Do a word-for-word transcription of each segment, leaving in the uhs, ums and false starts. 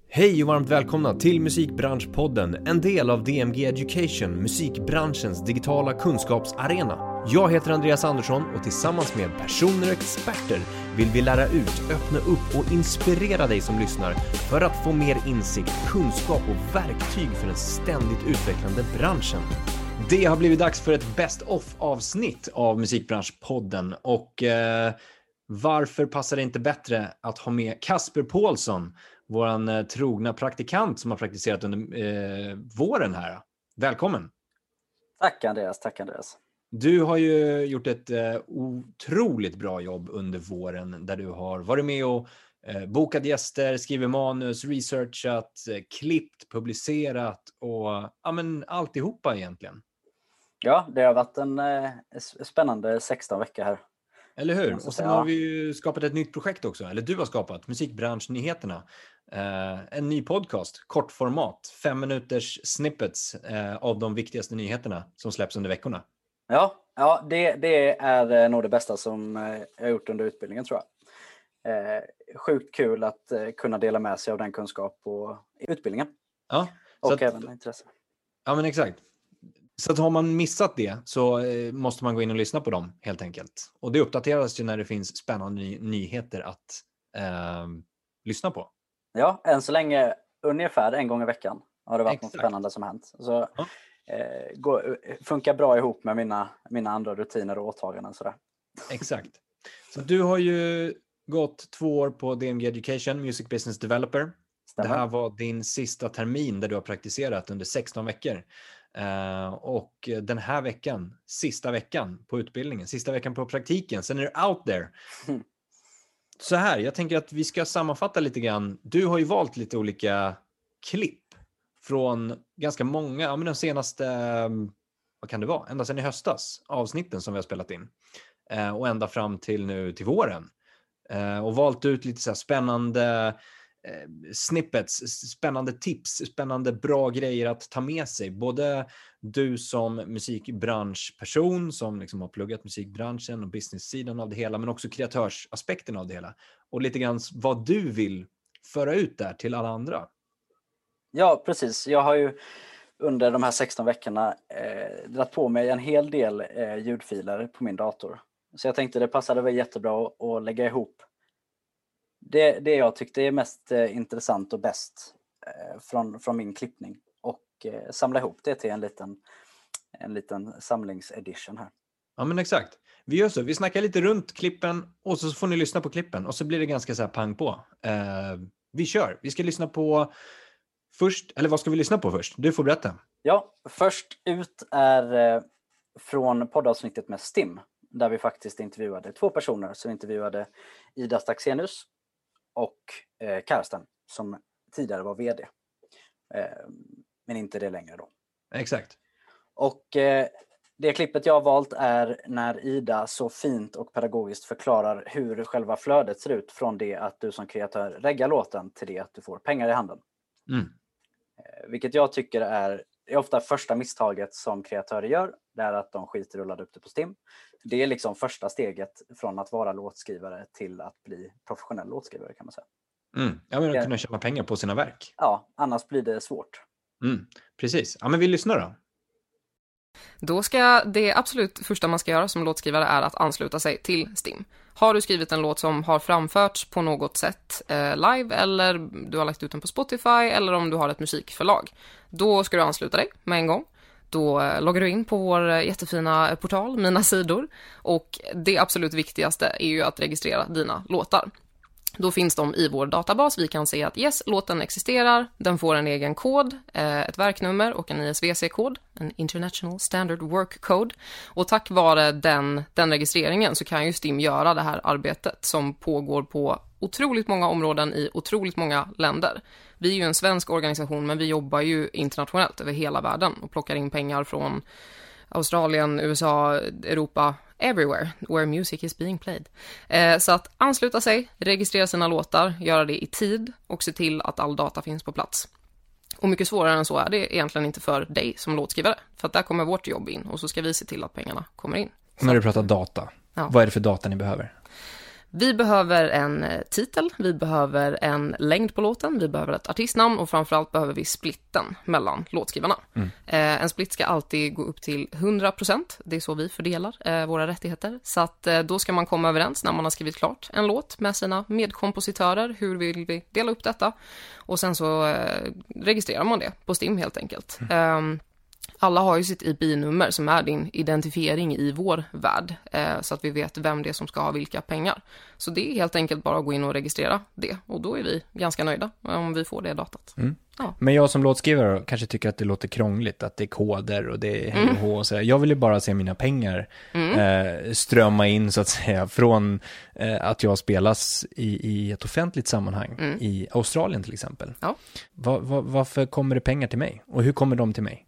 Hej och varmt välkomna till Musikbranschpodden, en del av D M G Education, musikbranschens digitala kunskapsarena. Jag heter Andreas Andersson och tillsammans med personer och experter vill vi lära ut, öppna upp och inspirera dig som lyssnar för att få mer insikt, kunskap och verktyg för den ständigt utvecklande branschen. Det har blivit dags för ett best of avsnitt av Musikbranschpodden och eh, varför passar det inte bättre att ha med Kasper Paulsson, våran eh, trogna praktikant som har praktiserat under eh, våren här. Välkommen! Tack Andreas, tack Andreas. Du har ju gjort ett eh, otroligt bra jobb under våren där du har varit med och eh, bokat gäster, skrivit manus, researchat, eh, klippt, publicerat och ja, men alltihopa egentligen. Ja, det har varit en eh, spännande sexton veckor här. Eller hur? Och sen säga, har ja. vi ju skapat ett nytt projekt också. Eller du har skapat Musikbranschnyheterna. Eh, en ny podcast, kortformat. Fem minuters snippets eh, av de viktigaste nyheterna som släpps under veckorna. Ja, ja det, det är nog det bästa som jag har gjort under utbildningen tror jag. Eh, sjukt kul att eh, kunna dela med sig av den kunskap på utbildningen. Ja, och att, även intresse. Ja, men exakt. Så att har man missat det så eh, måste man gå in och lyssna på dem helt enkelt. Och det uppdateras ju när det finns spännande ny- nyheter att eh, lyssna på. Ja, än så länge ungefär en gång i veckan har det varit Exakt. något spännande som hänt. Så Ja. eh, går, funkar bra ihop med mina, mina andra rutiner och åtaganden. Sådär. Exakt. Så du har ju gått två år på D M G Education, Music Business Developer. Stämmer. Det här var din sista termin där du har praktiserat under sexton veckor. Uh, och den här veckan, sista veckan på utbildningen, sista veckan på praktiken, sen är du out there. Mm. Så här, jag tänker att vi ska sammanfatta lite grann. Du har ju valt lite olika klipp från ganska många, ja men de senaste, vad kan det vara, ända sedan i höstas, avsnitten som vi har spelat in. Uh, och ända fram till nu till våren. Uh, och valt ut lite så här spännande snippets, spännande tips, spännande bra grejer att ta med sig. Både du som musikbranschperson som liksom har pluggat musikbranschen och business-sidan av det hela, men också kreatörsaspekten av det hela. Och lite grann vad du vill föra ut där till alla andra. Ja, precis. Jag har ju under de här sexton veckorna eh, dragit på mig en hel del eh, ljudfiler på min dator. Så jag tänkte det passade väl jättebra att, att lägga ihop Det, det jag tyckte är mest eh, intressant och bäst eh, från, från min klippning och eh, samla ihop det till en liten, en liten samlingsedition här. Ja men exakt. Vi gör så, vi snackar lite runt klippen och så får ni lyssna på klippen och så blir det ganska så här pang på. Eh, vi kör, vi ska lyssna på först, eller vad ska vi lyssna på först? Du får berätta. Ja, först ut är eh, från poddavsnittet med Stim där vi faktiskt intervjuade två personer som intervjuade Ida Staxenius och eh, Karsten som tidigare var vd. Eh, men inte det längre då. Exakt. Och eh, det klippet jag har valt är när Ida så fint och pedagogiskt förklarar hur själva flödet ser ut från det att du som kreatör reggar låten till det att du får pengar i handen. Mm. Eh, vilket jag tycker är, är ofta första misstaget som kreatörer gör. Det är att de skiter och laddar upp det på Stim. Det är liksom första steget från att vara låtskrivare till att bli professionell låtskrivare kan man säga. Mm. Ja, men att kunna tjäna pengar på sina verk. Ja, annars blir det svårt. Mm. Precis. Ja, men vi lyssnar då. Då ska det absolut första man ska göra som låtskrivare är att ansluta sig till Stim. Har du skrivit en låt som har framförts på något sätt eh, live eller du har lagt ut den på Spotify eller om du har ett musikförlag, då ska du ansluta dig med en gång. Då loggar du in på vår jättefina portal, Mina sidor, och det absolut viktigaste är ju att registrera dina låtar. Då finns de i vår databas. Vi kan se att yes, låten existerar, den får en egen kod, ett verknummer och en I S V C-kod, en International Standard Work Code. Och tack vare den, den registreringen så kan ju Stim göra det här arbetet som pågår på otroligt många områden i otroligt många länder. Vi är ju en svensk organisation men vi jobbar ju internationellt över hela världen och plockar in pengar från Australien, U S A, Europa, everywhere where music is being played. Eh, så att ansluta sig, registrera sina låtar, göra det i tid och se till att all data finns på plats. Och mycket svårare än så är det egentligen inte för dig som låtskrivare. För att där kommer vårt jobb in och så ska vi se till att pengarna kommer in. Så. När du pratar data, Ja. vad är det för data ni behöver? Vi behöver en titel, vi behöver en längd på låten, vi behöver ett artistnamn och framförallt behöver vi splitten mellan låtskrivarna. Mm. Eh, en split ska alltid gå upp till hundra procent, det är så vi fördelar eh, våra rättigheter. Så att eh, då ska man komma överens när man har skrivit klart en låt med sina medkompositörer, hur vill vi dela upp detta? Och sen så eh, registrerar man det på Stim helt enkelt. Mm. Eh, Alla har ju sitt I P I-nummer som är din identifiering i vår värld, eh, så att vi vet vem det är som ska ha vilka pengar. Så det är helt enkelt bara att gå in och registrera det, och då är vi ganska nöjda om vi får det datat. Mm. Ja. Men jag som låtskrivare kanske tycker att det låter krångligt, att det är koder och det är hej och hå och sådär. Jag vill ju bara se mina pengar mm. eh, strömma in så att säga från eh, att jag spelas i, i ett offentligt sammanhang mm. i Australien till exempel. Ja. Va, va, varför kommer det pengar till mig? Och hur kommer de till mig?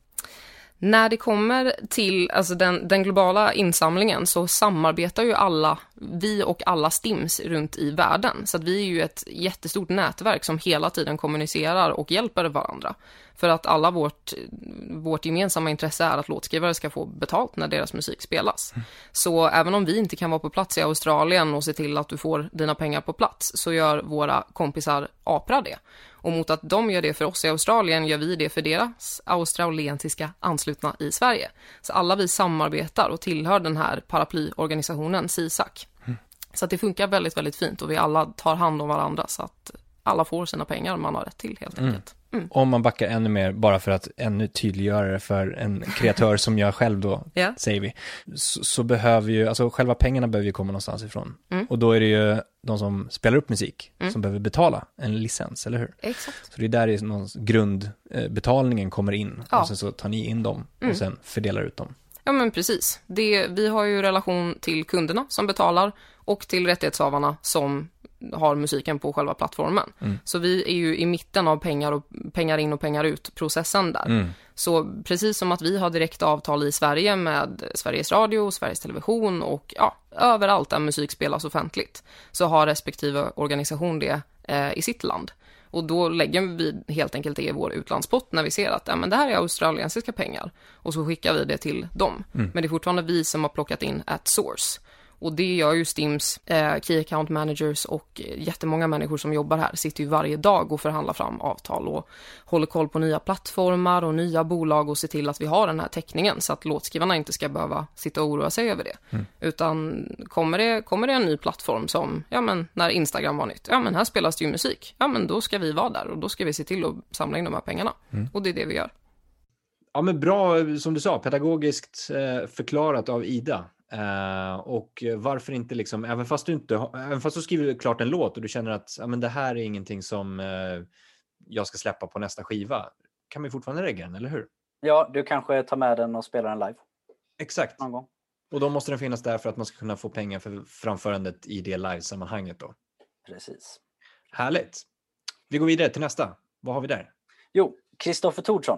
När det kommer till alltså den, den globala insamlingen så samarbetar ju alla, vi och alla stims runt i världen. Så att vi är ju ett jättestort nätverk som hela tiden kommunicerar och hjälper varandra. För att alla vårt, vårt gemensamma intresse är att låtskrivare ska få betalt när deras musik spelas. Mm. Så även om vi inte kan vara på plats i Australien och se till att du får dina pengar på plats, så gör våra kompisar Apra det. Och mot att de gör det för oss i Australien gör vi det för deras australiensiska anslutna i Sverige. Så alla vi samarbetar och tillhör den här paraplyorganisationen C I S A C. Mm. Så att det funkar väldigt, väldigt fint och vi alla tar hand om varandra så att alla får sina pengar man har rätt till helt enkelt. Mm. Om man backar ännu mer, bara för att ännu tydliggöra det för en kreatör som jag själv då, yeah. säger vi, så, så behöver ju, alltså själva pengarna behöver ju komma någonstans ifrån. Mm. Och då är det ju de som spelar upp musik mm. som behöver betala en licens, eller hur? Exakt. Så det är där är någon grundbetalningen kommer in. Ja. Och sen så tar ni in dem mm. och sen fördelar ut dem. Ja men precis. Det, vi har ju relation till kunderna som betalar och till rättighetshavarna som har musiken på själva plattformen. Mm. Så vi är ju i mitten av pengar och pengar in och pengar ut processen där. Mm. Så precis som att vi har direkt avtal i Sverige med Sveriges Radio, Sveriges Television och ja, överallt där musik spelas offentligt, så har respektive organisation det eh, i sitt land. Och då lägger vi helt enkelt det i vår utlandspott när vi ser att ja, men det här är australiensiska pengar. Och så skickar vi det till dem. Mm. Men det är fortfarande vi som har plockat in at source. Och det gör ju Stims eh, Key Account Managers och jättemånga människor som jobbar här sitter ju varje dag och förhandlar fram avtal och håller koll på nya plattformar och nya bolag och ser till att vi har den här täckningen så att låtskrivarna inte ska behöva sitta och oroa sig över det. Mm. Utan kommer det, kommer det en ny plattform som, ja men när Instagram var nytt, ja men här spelas det ju musik, ja men då ska vi vara där och då ska vi se till att samla in de här pengarna. Mm. Och det är det vi gör. Ja men bra, som du sa, pedagogiskt eh, förklarat av Ida. Uh, och varför inte liksom, även fast du inte även fast du skriver klart en låt och du känner att ja, men det här är ingenting som uh, jag ska släppa på nästa skiva, kan vi fortfarande regga den, eller hur? Ja, du kanske tar med den och spelar den live. Exakt. Någon gång. Och då måste den finnas där för att man ska kunna få pengar för framförandet i det live-sammanhanget då. Precis. Härligt. Vi går vidare till nästa. Vad har vi där? Jo, Kristoffer Thorsson,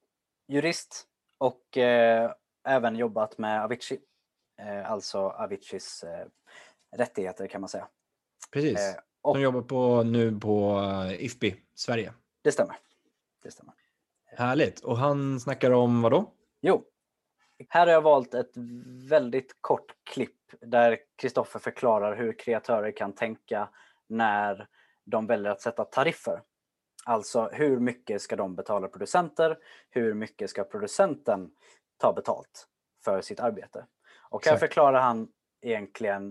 jurist och eh, även jobbat med Avicii. Eh, alltså Aviciis eh, rättigheter kan man säga. Precis. Eh, och, de jobbar på, nu på uh, I F P I Sverige. Det stämmer. Det stämmer. Härligt. Och han snackar om vad då? Jo, här har jag valt ett väldigt kort klipp där Kristoffer förklarar hur kreatörer kan tänka när de väljer att sätta tariffer. Alltså hur mycket ska de betala producenter? Hur mycket ska producenten ta betalt för sitt arbete? Och här Exakt. Förklarar han egentligen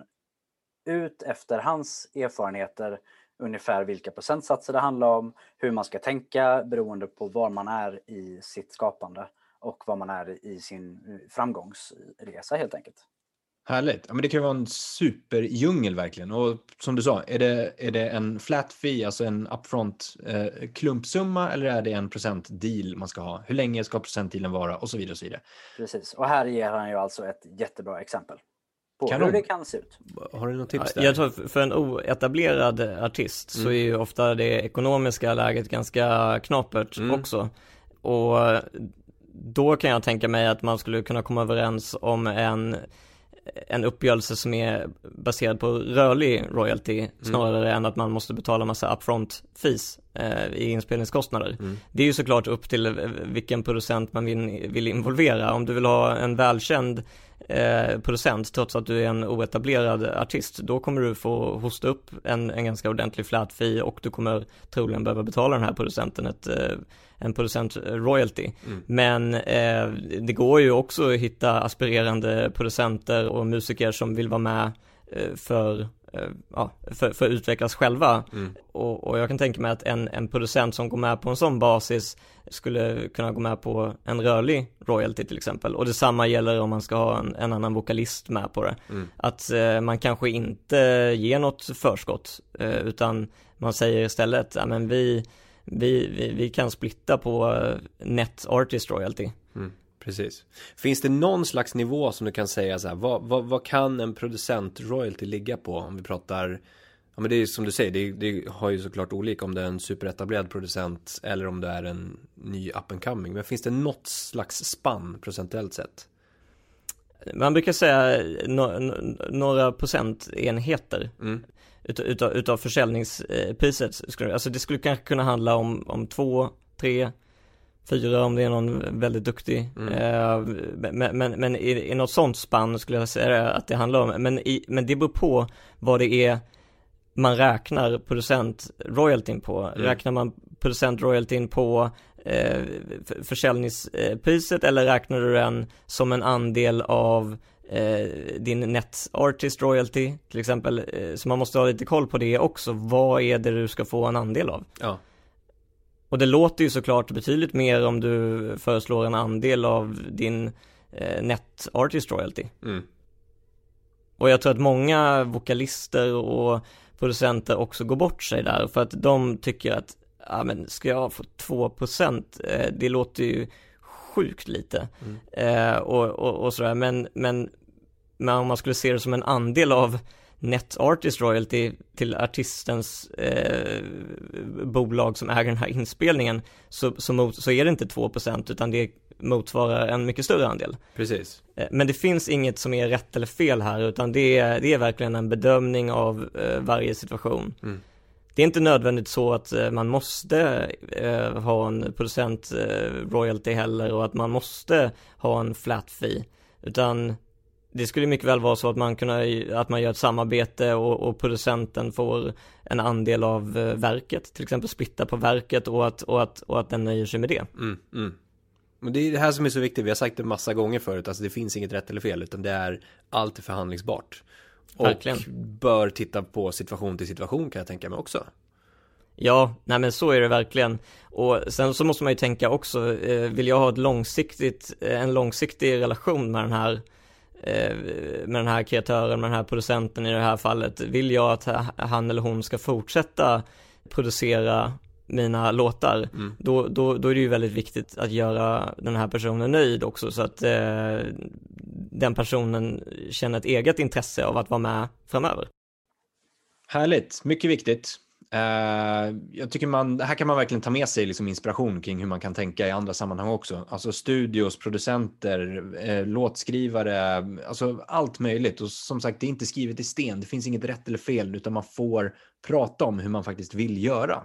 ut efter hans erfarenheter ungefär vilka procentsatser det handlar om, hur man ska tänka beroende på var man är i sitt skapande och var man är i sin framgångsresa helt enkelt. Härligt. Ja, men det kan ju vara en superdjungel verkligen. Och som du sa, är det, är det en flat fee, alltså en upfront eh, klumpsumma, eller är det en procent deal man ska ha? Hur länge ska procentdealen vara? Och så vidare och så vidare. Precis. Och här ger han ju alltså ett jättebra exempel på kan hur de? det kan se ut. Har du något tips där? Jag tror för en oetablerad artist mm. så är ju ofta det ekonomiska läget ganska knapert mm. också. Och då kan jag tänka mig att man skulle kunna komma överens om en en uppgörelse som är baserad på rörlig royalty snarare mm. än att man måste betala massa upfront fees eh, i inspelningskostnader. Mm. Det är ju såklart upp till vilken producent man vill, vill involvera. Om du vill ha en välkänd eh, producent trots att du är en oetablerad artist, då kommer du få hosta upp en, en ganska ordentlig flat fee och du kommer troligen behöva betala den här producenten ett, eh, en producent royalty. Mm. Men eh, det går ju också att hitta aspirerande producenter och musiker som vill vara med eh, för Ja, för, för att utvecklas själva. Mm. Och, och jag kan tänka mig att en, en producent som går med på en sån basis skulle kunna gå med på en rörlig royalty till exempel. Och detsamma gäller om man ska ha en, en annan vokalist med på det. Mm. Att eh, man kanske inte ger något förskott eh, utan man säger istället ja, men vi, vi, vi, vi kan splitta på eh, net artist royalty. Mm. Precis. Finns det någon slags nivå som du kan säga så här, vad, vad, vad kan en producent royalty ligga på om vi pratar, ja men det är som du säger, det, det har ju såklart olika om det är en superetablerad producent eller om det är en ny up and coming, men finns det något slags spann procentuellt sett? Man brukar säga no, no, några procentenheter mm. utav, utav, utav försäljningspriset. Alltså det skulle kanske kunna handla om, om två, tre fyra om det är någon väldigt duktig. Mm. Eh, men, men, men i, i något sånt spann skulle jag säga att det handlar om. Men, i, men det beror på vad det är man räknar producent royaltyn på. Mm. Räknar man producent royaltyn på eh, försäljningspriset eller räknar du den som en andel av eh, din net artist royalty till exempel? Eh, så man måste ha lite koll på det också. Vad är det du ska få en andel av? Ja. Och det låter ju såklart betydligt mer om du föreslår en andel av din eh, net artist royalty. Mm. Och jag tror att många vokalister och producenter också går bort sig där. För att de tycker att ja, men ska jag få två procent? Eh, det låter ju sjukt lite. Mm. Eh, och, och, och sådär. Men, men, men om man skulle se det som en andel av net artist royalty till artistens eh, bolag som äger den här inspelningen så, så, mot, så är det inte två procent utan det motsvarar en mycket större andel. Precis. Eh, men det finns inget som är rätt eller fel här utan det är, det är verkligen en bedömning av eh, varje situation. Mm. Det är inte nödvändigt så att eh, man måste eh, ha en producent eh, royalty heller och att man måste ha en flat fee utan det skulle mycket väl vara så att man, kunna, att man gör ett samarbete och, och producenten får en andel av eh, verket. Till exempel splitta på verket och att, och att, och att den nöjer sig med det. Mm, mm. Men det är det här som är så viktigt. Vi har sagt det massa gånger förut. Alltså det finns inget rätt eller fel utan det är allt förhandlingsbart. Verkligen. Och bör titta på situation till situation kan jag tänka mig också. Ja, nej men så är det verkligen. Och sen så måste man ju tänka också, eh, vill jag ha ett långsiktigt, eh, en långsiktig relation med den här med den här kreatören, med den här producenten i det här fallet, vill jag att han eller hon ska fortsätta producera mina låtar, mm. då, då, då är det ju väldigt viktigt att göra den här personen nöjd också så att eh, den personen känner ett eget intresse av att vara med framöver. Härligt, mycket viktigt. Uh, jag tycker man, här kan man verkligen ta med sig liksom inspiration kring hur man kan tänka i andra sammanhang också. Alltså studios, producenter, eh, låtskrivare, alltså allt möjligt. Och som sagt, det är inte skrivet i sten. Det finns inget rätt eller fel utan man får prata om hur man faktiskt vill göra.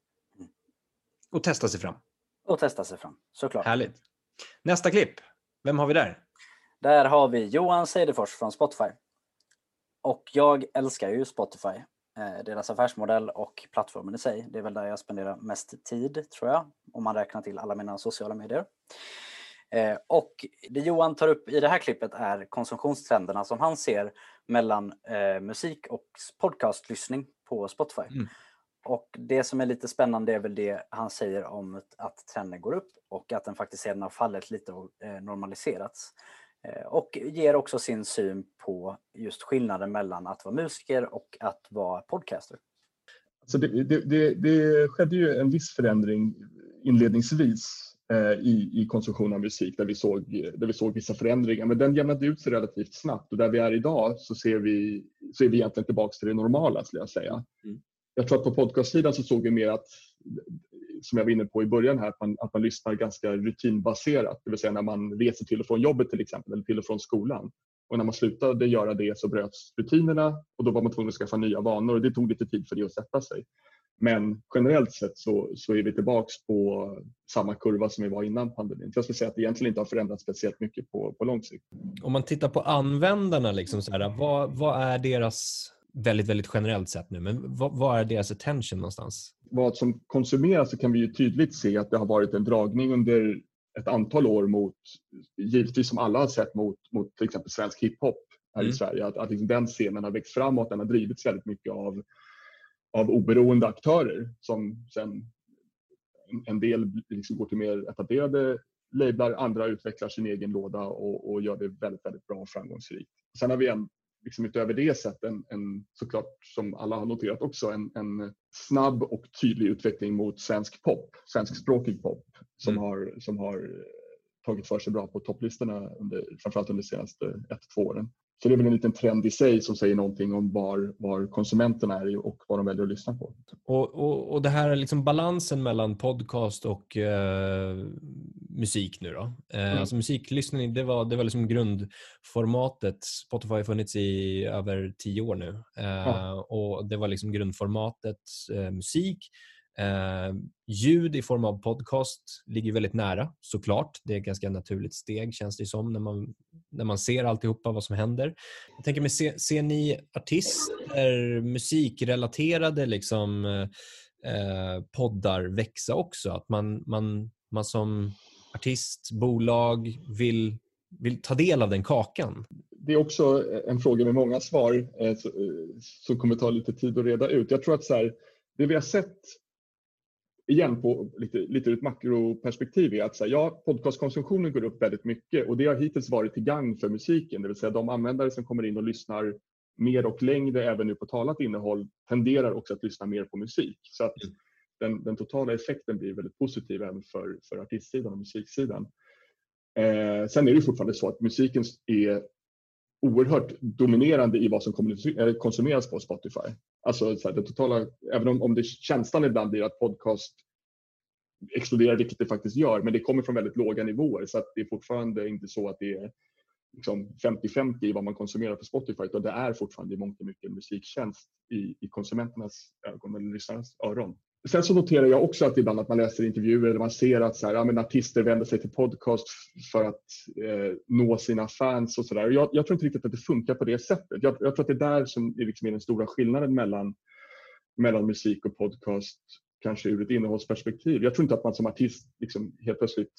Och testa sig fram. Och testa sig fram, såklart. Härligt. Nästa klipp. Vem har vi där? Där har vi Johan Seidefors från Spotify. Och jag älskar ju Spotify. Deras affärsmodell och plattformen i sig. Det är väl där jag spenderar mest tid, tror jag. Om man räknar till alla mina sociala medier. Eh, och det Johan tar upp i det här klippet är konsumtionstrenderna som han ser mellan eh, musik och podcastlyssning på Spotify. Mm. Och det som är lite spännande är väl det han säger om att trenden går upp och att den faktiskt sedan har fallit lite och eh, normaliserats. Och ger också sin syn på just skillnaden mellan att vara musiker och att vara podcaster. Så det, det, det, det skedde ju en viss förändring inledningsvis eh, i, i konsumtion av musik där vi, såg, där vi såg vissa förändringar. Men den jämnade ut sig relativt snabbt och där vi är idag så, ser vi, så är vi egentligen tillbaka till det normala skulle jag säga. Mm. Jag tror att på podcastsidan så såg vi mer att, som jag var inne på i början här, att man, att man lyssnar ganska rutinbaserat. Det vill säga när man reser till och från jobbet till exempel, eller till och från skolan. Och när man slutade göra det så bröts rutinerna och då var man tvungen att skaffa nya vanor och det tog lite tid för det att sätta sig. Men generellt sett så, så är vi tillbaks på samma kurva som vi var innan pandemin. Jag skulle säga att det egentligen inte har förändrats speciellt mycket på, på lång sikt. Om man tittar på användarna, liksom så här, vad, vad är deras, väldigt, väldigt generellt sett nu, men vad, vad är deras attention någonstans? Vad som konsumeras så kan vi ju tydligt se att det har varit en dragning under ett antal år mot, givetvis som alla har sett, mot, mot till exempel svensk hiphop här mm. i Sverige. Att, att liksom den scenen har växt framåt, den har drivits väldigt mycket av av oberoende aktörer som sen en del liksom går till mer etablerade lablar, andra utvecklar sin egen låda och, och gör det väldigt, väldigt bra och framgångsrikt. Sen har vi en, liksom utöver det sett en, en, såklart som alla har noterat också, en, en snabb och tydlig utveckling mot svensk pop, svenskspråkig pop som, mm. har, som har tagit för sig bra på topplistorna under, framförallt under de senaste ett, två åren. Så det är väl en liten trend i sig som säger någonting om var, var konsumenterna är och vad de väljer att lyssna på. Och, och, och det här är liksom balansen mellan podcast och eh, musik nu då. Eh, mm. Alltså musiklyssning, det var, det var liksom grundformatet. Spotify har funnits i över tio år nu. Eh, ja. Och det var liksom grundformatet eh, musik. Eh, ljud i form av podcast ligger väldigt nära, såklart. Det är ett ganska naturligt steg, känns det som, när man, när man ser alltihopa vad som händer. Jag tänker mig, ser, ser ni artister, musikrelaterade liksom, eh, poddar växa också? Att man, man, man som artist, bolag vill, vill ta del av den kakan? Det är också en fråga med många svar eh, som kommer ta lite tid att reda ut. Jag tror att så här, det vi har sett igen på lite, lite ur ett makroperspektiv är att så här, ja, podcastkonsumtionen går upp väldigt mycket och det har hittills varit till gagn för musiken. Det vill säga de användare som kommer in och lyssnar mer och längre även nu på talat innehåll tenderar också att lyssna mer på musik. Så att den, den totala effekten blir väldigt positiv även för, för artistsidan och musiksidan. Eh, sen är det fortfarande så att musiken är oerhört dominerande i vad som konsumeras på Spotify. Alltså så här, det totala, även om, om det känslan ibland blir att podcast exploderar, vilket det faktiskt gör, men det kommer från väldigt låga nivåer, så att det är fortfarande inte så att det är liksom femtio femtio i vad man konsumerar på Spotify, utan det är fortfarande i mångt och mycket musiktjänst i, i konsumenternas ögon eller lyssnarnas öron. Sen så noterar jag också att ibland att man läser intervjuer eller man ser att så här, ja, men artister vänder sig till podcast för att eh, nå sina fans och sådär. Jag, jag tror inte riktigt att det funkar på det sättet. Jag, jag tror att det är där som är, liksom är den stora skillnaden mellan, mellan musik och podcast, kanske ur ett innehållsperspektiv. Jag tror inte att man som artist liksom helt plötsligt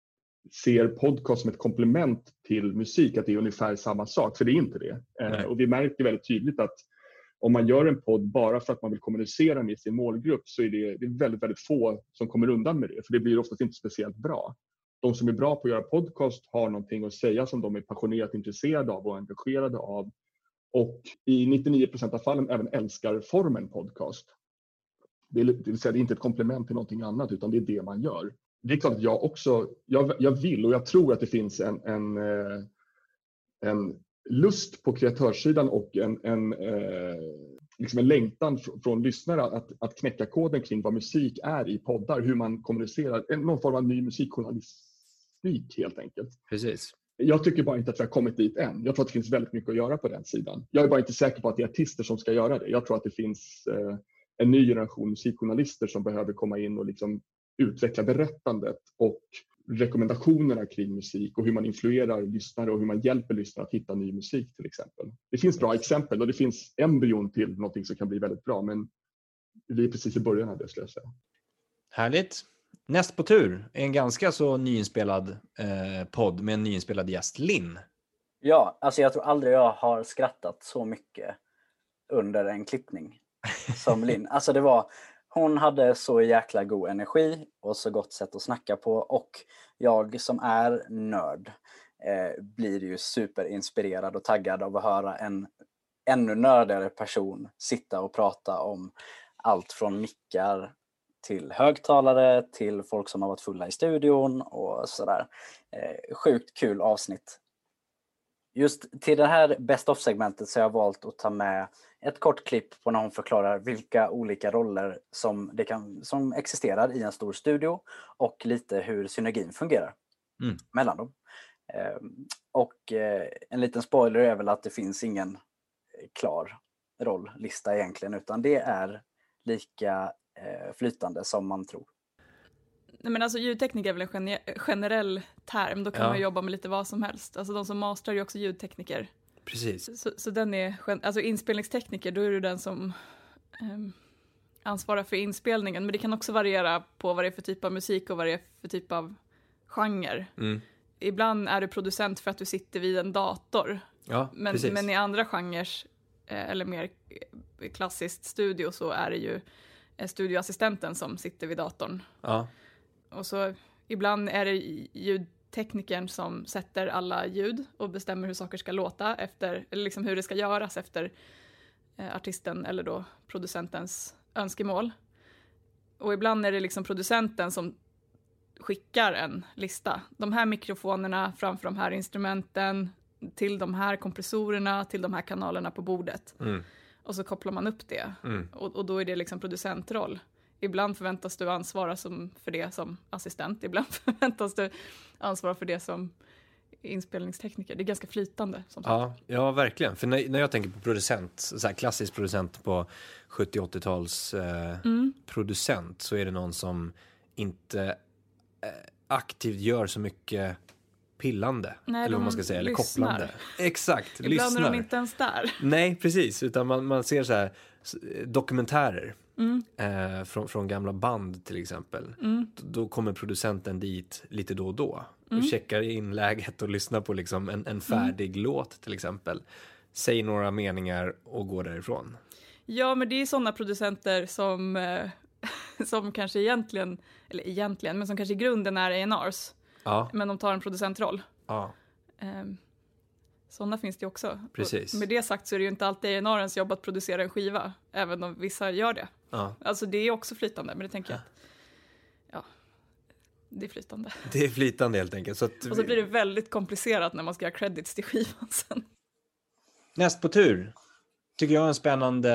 ser podcast som ett komplement till musik, att det är ungefär samma sak, för det är inte det. Eh, och vi märker väldigt tydligt att om man gör en podd bara för att man vill kommunicera med sin målgrupp, så är det, det är väldigt, väldigt få som kommer undan med det. För det blir oftast inte speciellt bra. De som är bra på att göra podcast har någonting att säga som de är passionerat intresserade av och engagerade av. Och i nittionio procent av fallen även älskar formen podcast. Det, är, det vill säga det är inte ett komplement till någonting annat, utan det är det man gör. Det är klart att jag också, jag, jag vill och jag tror att det finns en, en, en lust på kreatörssidan och en, en, eh, liksom en längtan fr- från lyssnare att, att knäcka koden kring vad musik är i poddar, hur man kommunicerar, någon form av ny musikjournalistik helt enkelt. Precis. Jag tycker bara inte att vi har kommit dit än. Jag tror att det finns väldigt mycket att göra på den sidan. Jag är bara inte säker på att det är artister som ska göra det. Jag tror att det finns eh, en ny generation musikjournalister som behöver komma in och liksom utveckla berättandet och rekommendationerna kring musik och hur man influerar lyssnare och hur man hjälper lyssnare att hitta ny musik till exempel. Det finns bra exempel och det finns embryon till någonting som kan bli väldigt bra, men vi är precis i början av det, skulle jag säga. Härligt. Näst på tur är en ganska så nyinspelad eh, podd med en nyinspelad gäst, Linn. Ja, alltså jag tror aldrig jag har skrattat så mycket under en klippning som Linn. Alltså det var, hon hade så jäkla god energi och så gott sätt att snacka på, och jag som är nörd eh, blir ju superinspirerad och taggad av att höra en ännu nördigare person sitta och prata om allt från mickar till högtalare till folk som har varit fulla i studion och sådär. Eh, sjukt kul avsnitt. Just till det här best of-segmentet så har jag valt att ta med ett kort klipp på när hon förklarar vilka olika roller som, det kan, som existerar i en stor studio och lite hur synergin fungerar mm. mellan dem. Eh, och eh, en liten spoiler är väl att det finns ingen klar rolllista egentligen, utan det är lika eh, flytande som man tror. Nej, men alltså ljudtekniker är väl en gene- generell term, då kan Ja. man jobba med lite vad som helst. Alltså de som masterar är ju också ljudtekniker. Precis. Så, så den är, gen- alltså inspelningstekniker, då är du den som ehm, ansvarar för inspelningen. Men det kan också variera på vad det är för typ av musik och vad det är för typ av genre. Mm. Ibland är du producent för att du sitter vid en dator. Ja, Men, precis. men i andra genrer, eh, eller mer eh, klassiskt studio, så är det ju eh, studioassistenten som sitter vid datorn. Ja. Och så ibland är det ljudteknikern som sätter alla ljud och bestämmer hur saker ska låta efter, eller liksom hur det ska göras efter eh, artisten eller då producentens önskemål. Och ibland är det liksom producenten som skickar en lista. De här mikrofonerna framför de här instrumenten, till de här kompressorerna, till de här kanalerna på bordet. Mm. Och så kopplar man upp det. Mm. Och, och då är det liksom producentroll. Ibland förväntas du ansvara som, för det som assistent. Ibland förväntas du ansvara för det som inspelningstekniker. Det är ganska flytande. Som Ja, ja, verkligen. För när, när jag tänker på producent, så här klassisk producent på sjuttio-åttio-tals eh, Mm. producent, så är det någon som inte eh, aktivt gör så mycket pillande. Nej, eller vad de man ska säga, eller lyssnar. kopplande. Exakt, Ibland lyssnar. är de inte ens där. Nej, precis. Utan man, man ser så här s- dokumentärer Mm. eh, från, från gamla band till exempel. Mm. D- Då kommer producenten dit lite då och då och Mm. checkar in läget och lyssnar på liksom en, en färdig låt till exempel. Säger några meningar och går därifrån. Ja, men det är sådana producenter som, eh, som kanske egentligen, eller egentligen, men som kanske i grunden är A and R's. Ja, Men de tar en producentroll. ja, Um, sådana finns det också. Precis. Och med det sagt så är det ju inte alltid A and R's jobb att producera en skiva, även om vissa gör det. ja. Alltså det är också flytande, men det tänker jag att, ja, det är flytande. Det är flytande helt enkelt. Så att, Och så blir det väldigt komplicerat när man ska göra credits till skivan sen. Näst på tur tycker jag är en spännande,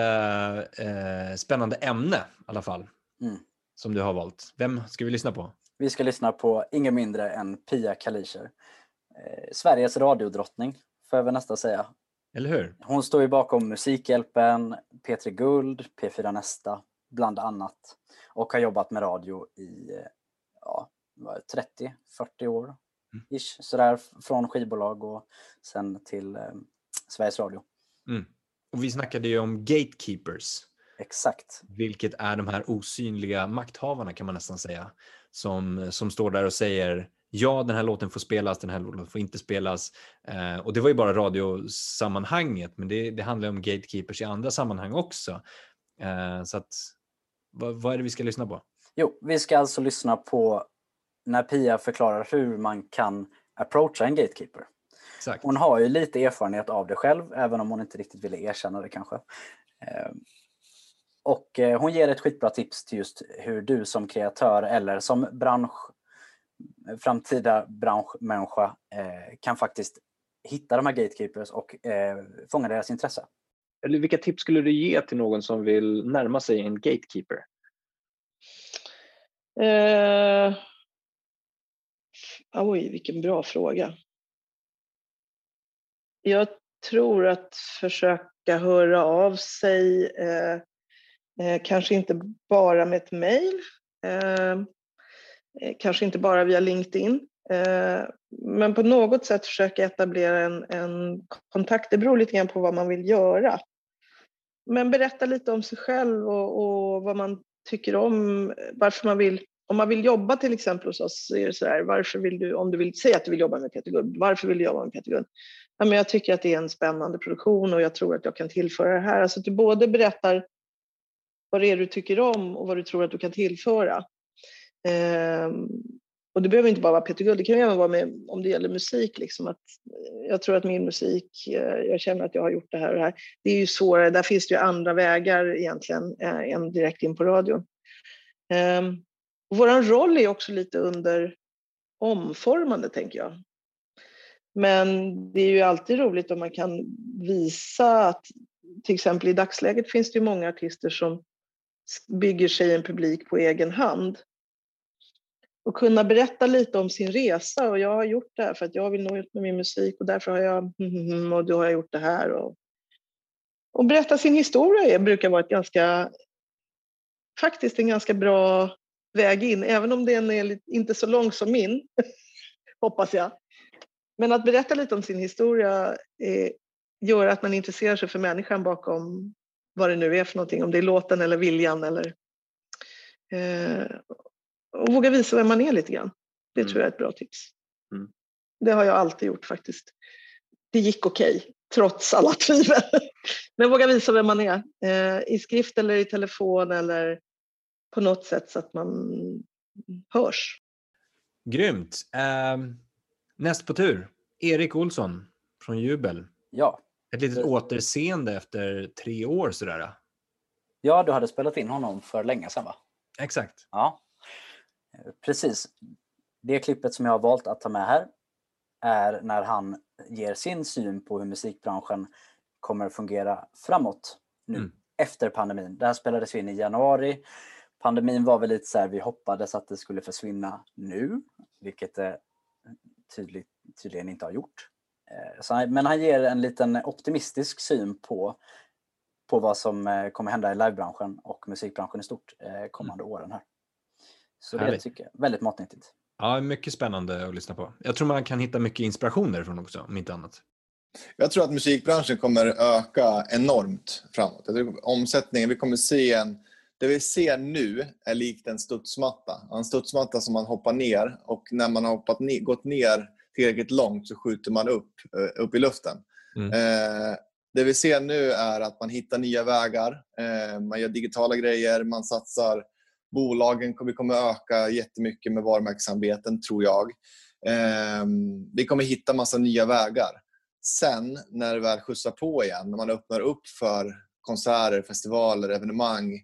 eh, spännande ämne i alla fall. Mm. Som du har valt. Vem ska vi lyssna på? Vi ska lyssna på ingen mindre än Pia Kalischer. Eh, Sveriges radiodrottning, får jag väl nästan säga. Eller hur? Hon står ju bakom Musikhjälpen, P tre Guld, P fyra Nästa, bland annat. Och har jobbat med radio i eh, ja, vad är det, trettio till fyrtio år. Ish, sådär, från skivbolag och sen till eh, Sveriges Radio. Mm. Och vi snackade ju om gatekeepers. Exakt. Vilket är de här osynliga makthavarna kan man nästan säga. Som, som står där och säger ja, den här låten får spelas, den här låten får inte spelas. Eh, och det var ju bara radiosammanhanget, men det, det handlar om gatekeepers i andra sammanhang också. Eh, så att, vad, vad är det vi ska lyssna på? Jo, vi ska alltså lyssna på när Pia förklarar hur man kan approacha en gatekeeper. Exakt. Hon har ju lite erfarenhet av det själv, även om hon inte riktigt ville erkänna det kanske. Eh, och eh, hon ger ett skitbra tips till just hur du som kreatör eller som bransch, framtida branschmänniska eh, kan faktiskt hitta de här gatekeepers och eh, fånga deras intresse. Eller vilka tips skulle du ge till någon som vill närma sig en gatekeeper? Eh, oj, vilken bra fråga. Jag tror att försöka höra av sig, eh, eh, kanske inte bara med ett mejl, eh, kanske inte bara via LinkedIn, eh, men på något sätt försöka etablera en, en kontakt. Det beror lite grann på vad man vill göra. Men berätta lite om sig själv och, och vad man tycker om, varför man vill. Om man vill jobba till exempel hos oss så är det så här, varför vill du, om du vill säga att du vill jobba med Peter Guld, varför vill du jobba med Peter Guld? Ja, men jag tycker att det är en spännande produktion och jag tror att jag kan tillföra det här. Alltså att du både berättar vad det är du tycker om och vad du tror att du kan tillföra. Ehm, och det behöver inte bara vara Peter Guld, det kan ju även vara med, om det gäller musik. Liksom, att jag tror att min musik, jag känner att jag har gjort det här och det här. Det är ju svårare, där finns det ju andra vägar egentligen eh, än direkt in på radion. Ehm, Vår roll är också lite under omformande, tänker jag. Men det är ju alltid roligt om man kan visa att till exempel i dagsläget finns det ju många artister som bygger sig en publik på egen hand. Och kunna berätta lite om sin resa, och jag har gjort det här för att jag vill nå ut med min musik och därför har jag och då har jag gjort det här. Och, och berätta sin historia brukar vara ett ganska faktiskt en ganska bra väg in, även om den är lite, inte så lång som min, hoppas jag. Men att berätta lite om sin historia eh, gör att man intresserar sig för människan bakom vad det nu är för någonting, om det är låten eller viljan eller eh, och våga visa vem man är lite grann. Det mm. tror jag är ett bra tips. Mm. Det har jag alltid gjort faktiskt. Det gick okej, okay, trots alla tvivel. Men våga visa vem man är. Eh, I skrift eller i telefon eller på något sätt så att man hörs. Grymt. Eh, näst på tur. Erik Olsson från Jubel. Ja. Ett litet återseende efter tre år sådär. Ja, du hade spelat in honom för länge sedan, va? Exakt. Ja, precis. Det klippet som jag har valt att ta med här är när han ger sin syn på hur musikbranschen kommer att fungera framåt nu mm. efter pandemin. Det här spelades in i januari. Pandemin var väl lite så här, vi hoppades att det skulle försvinna nu, vilket det tydligt, tydligen inte har gjort. Så, men han ger en liten optimistisk syn på, på vad som kommer hända i livebranschen och musikbranschen i stort kommande mm. åren här. Så Härligt. Det tycker jag väldigt matnyttigt. Ja, mycket spännande att lyssna på. Jag tror man kan hitta mycket inspiration därifrån också, om inte annat. Jag tror att musikbranschen kommer öka enormt framåt. Jag tror omsättningen, vi kommer se en, det vi ser nu är likt en studsmatta. En studsmatta som man hoppar ner, och när man har hoppat ner, gått ner tillräckligt långt så skjuter man upp, upp i luften. Mm. Eh, det vi ser nu är att man hittar nya vägar, eh, man gör digitala grejer, man satsar. Bolagen kommer, kommer öka jättemycket med varumärkessamarbeten, tror jag. Eh, vi kommer hitta massa nya vägar. Sen när det väl skjutsar på igen, när man öppnar upp för konserter, festivaler, evenemang,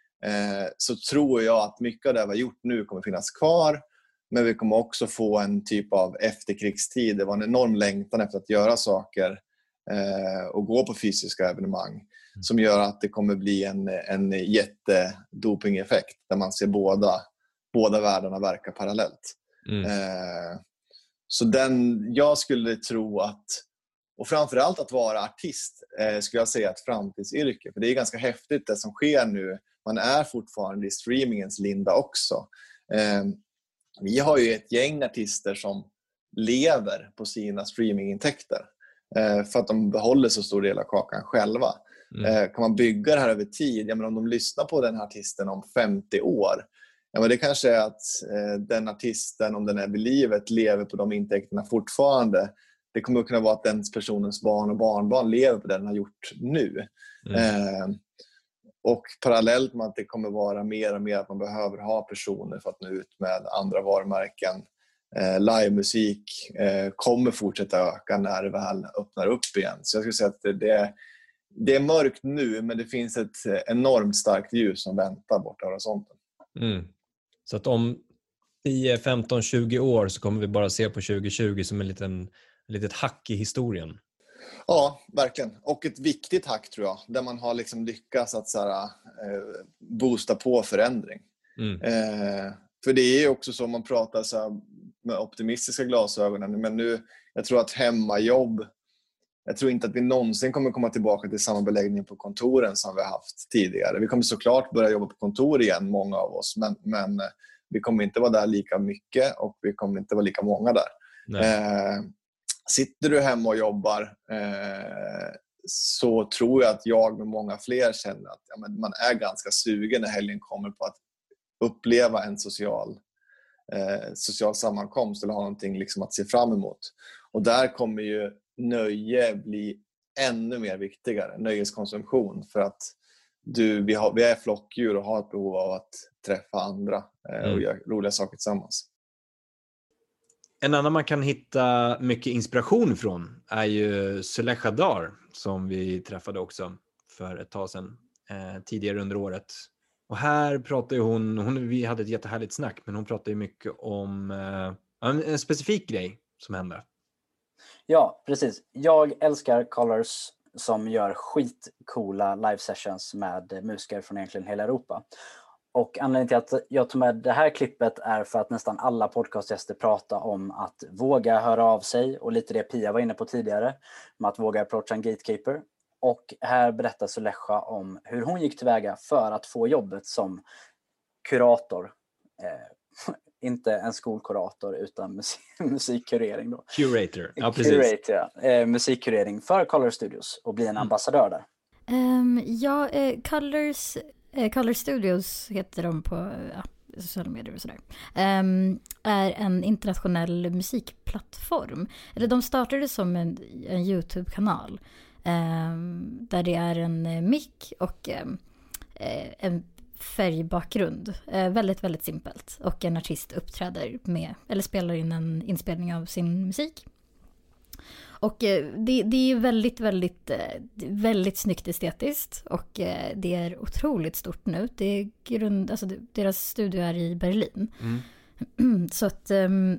eh, så tror jag att mycket av det vi har gjort nu kommer finnas kvar. Men vi kommer också få en typ av efterkrigstid. Det var en enorm längtan efter att göra saker eh, och gå på fysiska evenemang. Mm. Som gör att det kommer bli en, en jättedopingeffekt där man ser båda, båda världarna verka parallellt. Mm. Eh, så den, jag skulle tro att, och framförallt att vara artist eh, skulle jag säga ett framtidsyrke. För det är ganska häftigt det som sker nu. Man är fortfarande i streamingens linda också. Eh, Vi har ju ett gäng artister som lever på sina streamingintäkter eh, för att de behåller så stor del av kakan själva. Mm. Eh, kan man bygga det här över tid? Ja, men om de lyssnar på den artisten om femtio år, ja, men det kanske är att eh, den artisten, om den är vid livet, lever på de intäkterna fortfarande. Det kommer att kunna vara att den personens barn och barnbarn lever på det den har gjort nu. Mm. Eh, Och parallellt med att det kommer vara mer och mer att man behöver ha personer för att nå ut med andra varumärken. Eh, livemusik eh, kommer fortsätta öka när det väl öppnar upp igen. Så jag skulle säga att det, det, det är mörkt nu, men det finns ett enormt starkt ljus som väntar borta horisonten. Mm. Så att om tio, femton, tjugo år så kommer vi bara se på tjugo tjugo som en liten, en litet hack i historien. Ja, verkligen. Och ett viktigt hack tror jag. Där man har liksom lyckats att så här, eh, boosta på förändring. Mm. Eh, för det är ju också så man pratar så här, med optimistiska glasögonen. Men nu, jag tror att hemmajobb. Jag tror inte att vi någonsin kommer komma tillbaka till samma beläggning på kontoren som vi har haft tidigare. Vi kommer såklart börja jobba på kontor igen, många av oss. Men, men vi kommer inte vara där lika mycket och vi kommer inte vara lika många där. Eh, Sitter du hemma och jobbar eh, så tror jag att jag med många fler känner att ja, men man är ganska sugen när helgen kommer på att uppleva en social, eh, social sammankomst eller ha någonting liksom att se fram emot. Och där kommer ju nöje bli ännu mer viktigare, nöjeskonsumtion, för att du, vi, har, vi är flockdjur och har ett behov av att träffa andra eh, och mm. göra roliga saker tillsammans. En annan man kan hitta mycket inspiration från är ju Züleyxa Dar, som vi träffade också för ett tag sedan, eh, tidigare under året. Och här pratar ju hon, hon, vi hade ett jättehärligt snack, men hon pratar ju mycket om eh, en, en specifik grej som hände. Ja, precis. Jag älskar Colors som gör skitcoola live sessions med musiker från egentligen hela Europa. Och anledningen till att jag tog med det här klippet är för att nästan alla podcastgäster pratar om att våga höra av sig. Och lite det Pia var inne på tidigare, med att våga approacha en gatekeeper. Och här berättar Suleja om hur hon gick tillväga för att få jobbet som kurator. Eh, inte en skolkurator utan musik, musikkurering då. Curator, ja precis. Curator, ja. Eh, musikkurering för Color Studios och bli en mm. ambassadör där. Um, ja, eh, Colors, eh, Color Studios heter de på ja, sociala medier och sådär. Um, är en internationell musikplattform. Eller de startade som en, en YouTube-kanal. Um, där det är en mick och um, en färgbakgrund. Uh, väldigt, väldigt simpelt. Och en artist uppträder med, eller spelar in en inspelning av sin musik. Och uh, det, det är väldigt, väldigt, uh, väldigt snyggt estetiskt. Och uh, det är otroligt stort nu. Det är grund, alltså deras studio är i Berlin. Mm. Så att um,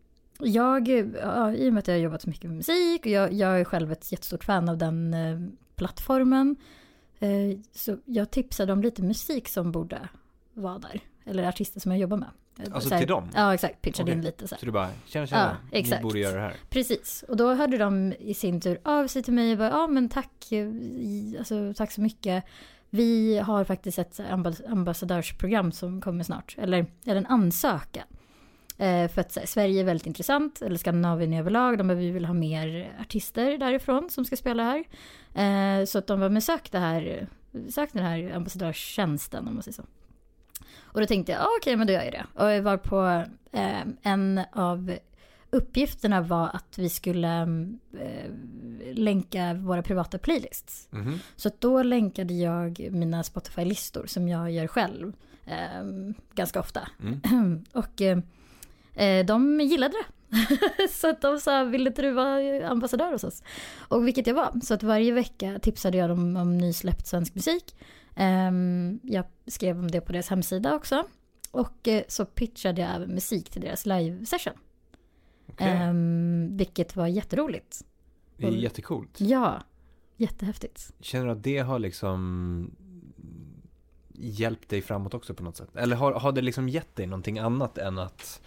jag, ja, i och med att jag har jobbat så mycket med musik och jag, jag är själv ett jättestort fan av den uh, plattformen. Uh, så jag tipsade om lite musik som borde vara där. Eller artister som jag jobbar med. Alltså här, till dem? Ja, exakt. Pitchade okay. in lite så här. Så du bara, tjena, tjena, ja, exakt. Ni borde göra det här. Precis. Och då hörde de i sin tur av sig till mig och bara, ja men tack, alltså tack så mycket. Vi har faktiskt ett ambassadörsprogram som kommer snart. Eller, eller en ansökan. Eh, för att så här, Sverige är väldigt intressant, eller Skandinavien överlag. De vi vill ha mer artister därifrån som ska spela här. Eh, så att de var med sök det här, sök den här ambassadörstjänsten om man säger så. Och då tänkte jag, ah, okej okay, men då gör jag det. Och jag var på eh, en av uppgifterna var att vi skulle eh, länka våra privata playlists. Mm-hmm. Så att då länkade jag mina Spotify-listor som jag gör själv eh, ganska ofta. Mm. Och eh, de gillade det. Så att de sa, vill inte du vara ambassadör hos oss? Och vilket jag var. Så att varje vecka tipsade jag dem om nysläppt svensk musik. Um, jag skrev om det på deras hemsida också. Och uh, så pitchade jag även musik till deras live-session. Okay. Um, vilket var jätteroligt. Det är jättekult. Ja, jättehäftigt. Känner du att det har liksom hjälpt dig framåt också på något sätt? Eller har, har det liksom gett dig någonting annat än att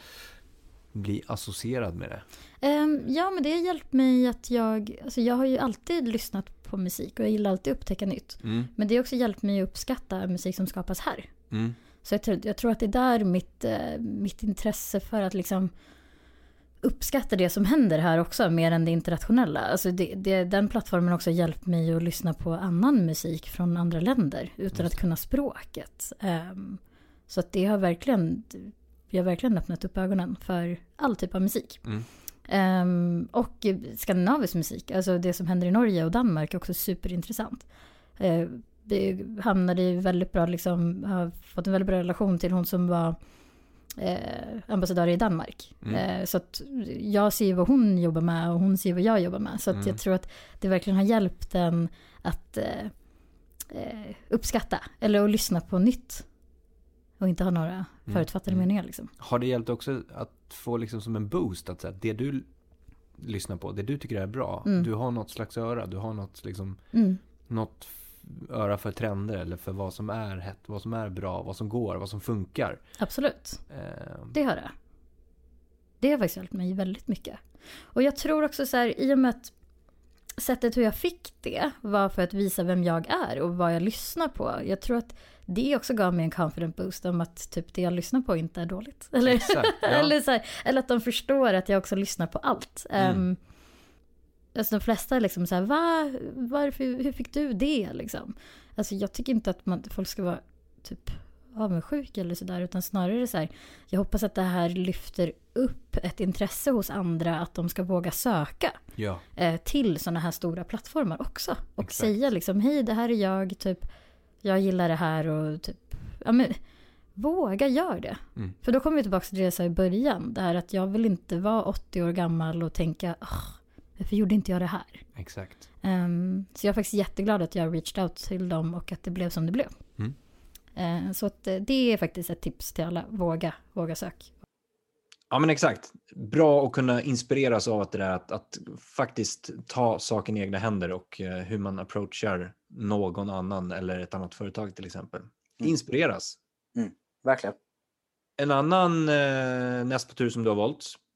bli associerad med det? Um, ja, men det har hjälpt mig att jag... Alltså jag har ju alltid lyssnat på musik och jag gillar alltid att upptäcka nytt. Mm. Men det har också hjälpt mig att uppskatta musik som skapas här. Mm. Så jag tror, jag tror att det är där mitt, uh, mitt intresse för att liksom uppskatta det som händer här också, mer än det internationella. Alltså det, det, den plattformen har också hjälpt mig att lyssna på annan musik från andra länder utan att kunna språket. Um, så att det har verkligen... Vi har verkligen öppnat upp ögonen för all typ av musik. Mm. Um, och skandinavisk musik. Alltså det som händer i Norge och Danmark är också superintressant. Uh, vi hamnade i väldigt bra, liksom, har fått en väldigt bra relation till hon som var uh, ambassadör i Danmark. Mm. Uh, så att jag ser vad hon jobbar med och hon ser vad jag jobbar med. Så att mm. jag tror att det verkligen har hjälpt en att uh, uh, uppskatta eller att lyssna på nytt. Och inte ha några förutfattade mm. meningar. Liksom. Har det hjälpt också att få liksom som en boost? Att säga, det du lyssnar på, det du tycker är bra. Mm. Du har något slags öra. Du har något, liksom, mm. något öra för trender. Eller för vad som är hett. Vad som är bra. Vad som går. Vad som funkar. Absolut. Eh. Det har det. Det har faktiskt hjälpt mig väldigt mycket. Och jag tror också så här, i och med att sättet hur jag fick det var för att visa vem jag är och vad jag lyssnar på. Jag tror att det också gav mig en confident boost om att typ det jag lyssnar på inte är dåligt. Eller, Exakt, ja. eller, så här, eller att de förstår att jag också lyssnar på allt. Mm. Um, alltså de flesta är liksom så här, va? Varför, hur fick du det? Liksom. Alltså jag tycker inte att man, folk ska vara typ avundsjuk eller sådär, utan snarare så här, jag hoppas att det här lyfter upp ett intresse hos andra att de ska våga söka ja. eh, till sådana här stora plattformar också. Och Exakt. säga liksom, hej det här är jag, typ jag gillar det här och typ, ja men våga gör det. Mm. För då kommer vi tillbaka till det jag sa i början, det här att jag vill inte vara åttio år gammal och tänka, oh, varför gjorde inte jag det här? Exakt. Um, så jag är faktiskt jätteglad att jag reached out till dem och att det blev som det blev. Mm. Uh, så att det är faktiskt ett tips till alla, våga, våga sök. Ja men exakt. Bra att kunna inspireras av att det där att, att faktiskt ta saken i egna händer och uh, hur man approachar någon annan eller ett annat företag till exempel. Mm. Inspireras. Mm, verkligen. En annan uh, näst på tur som du har valt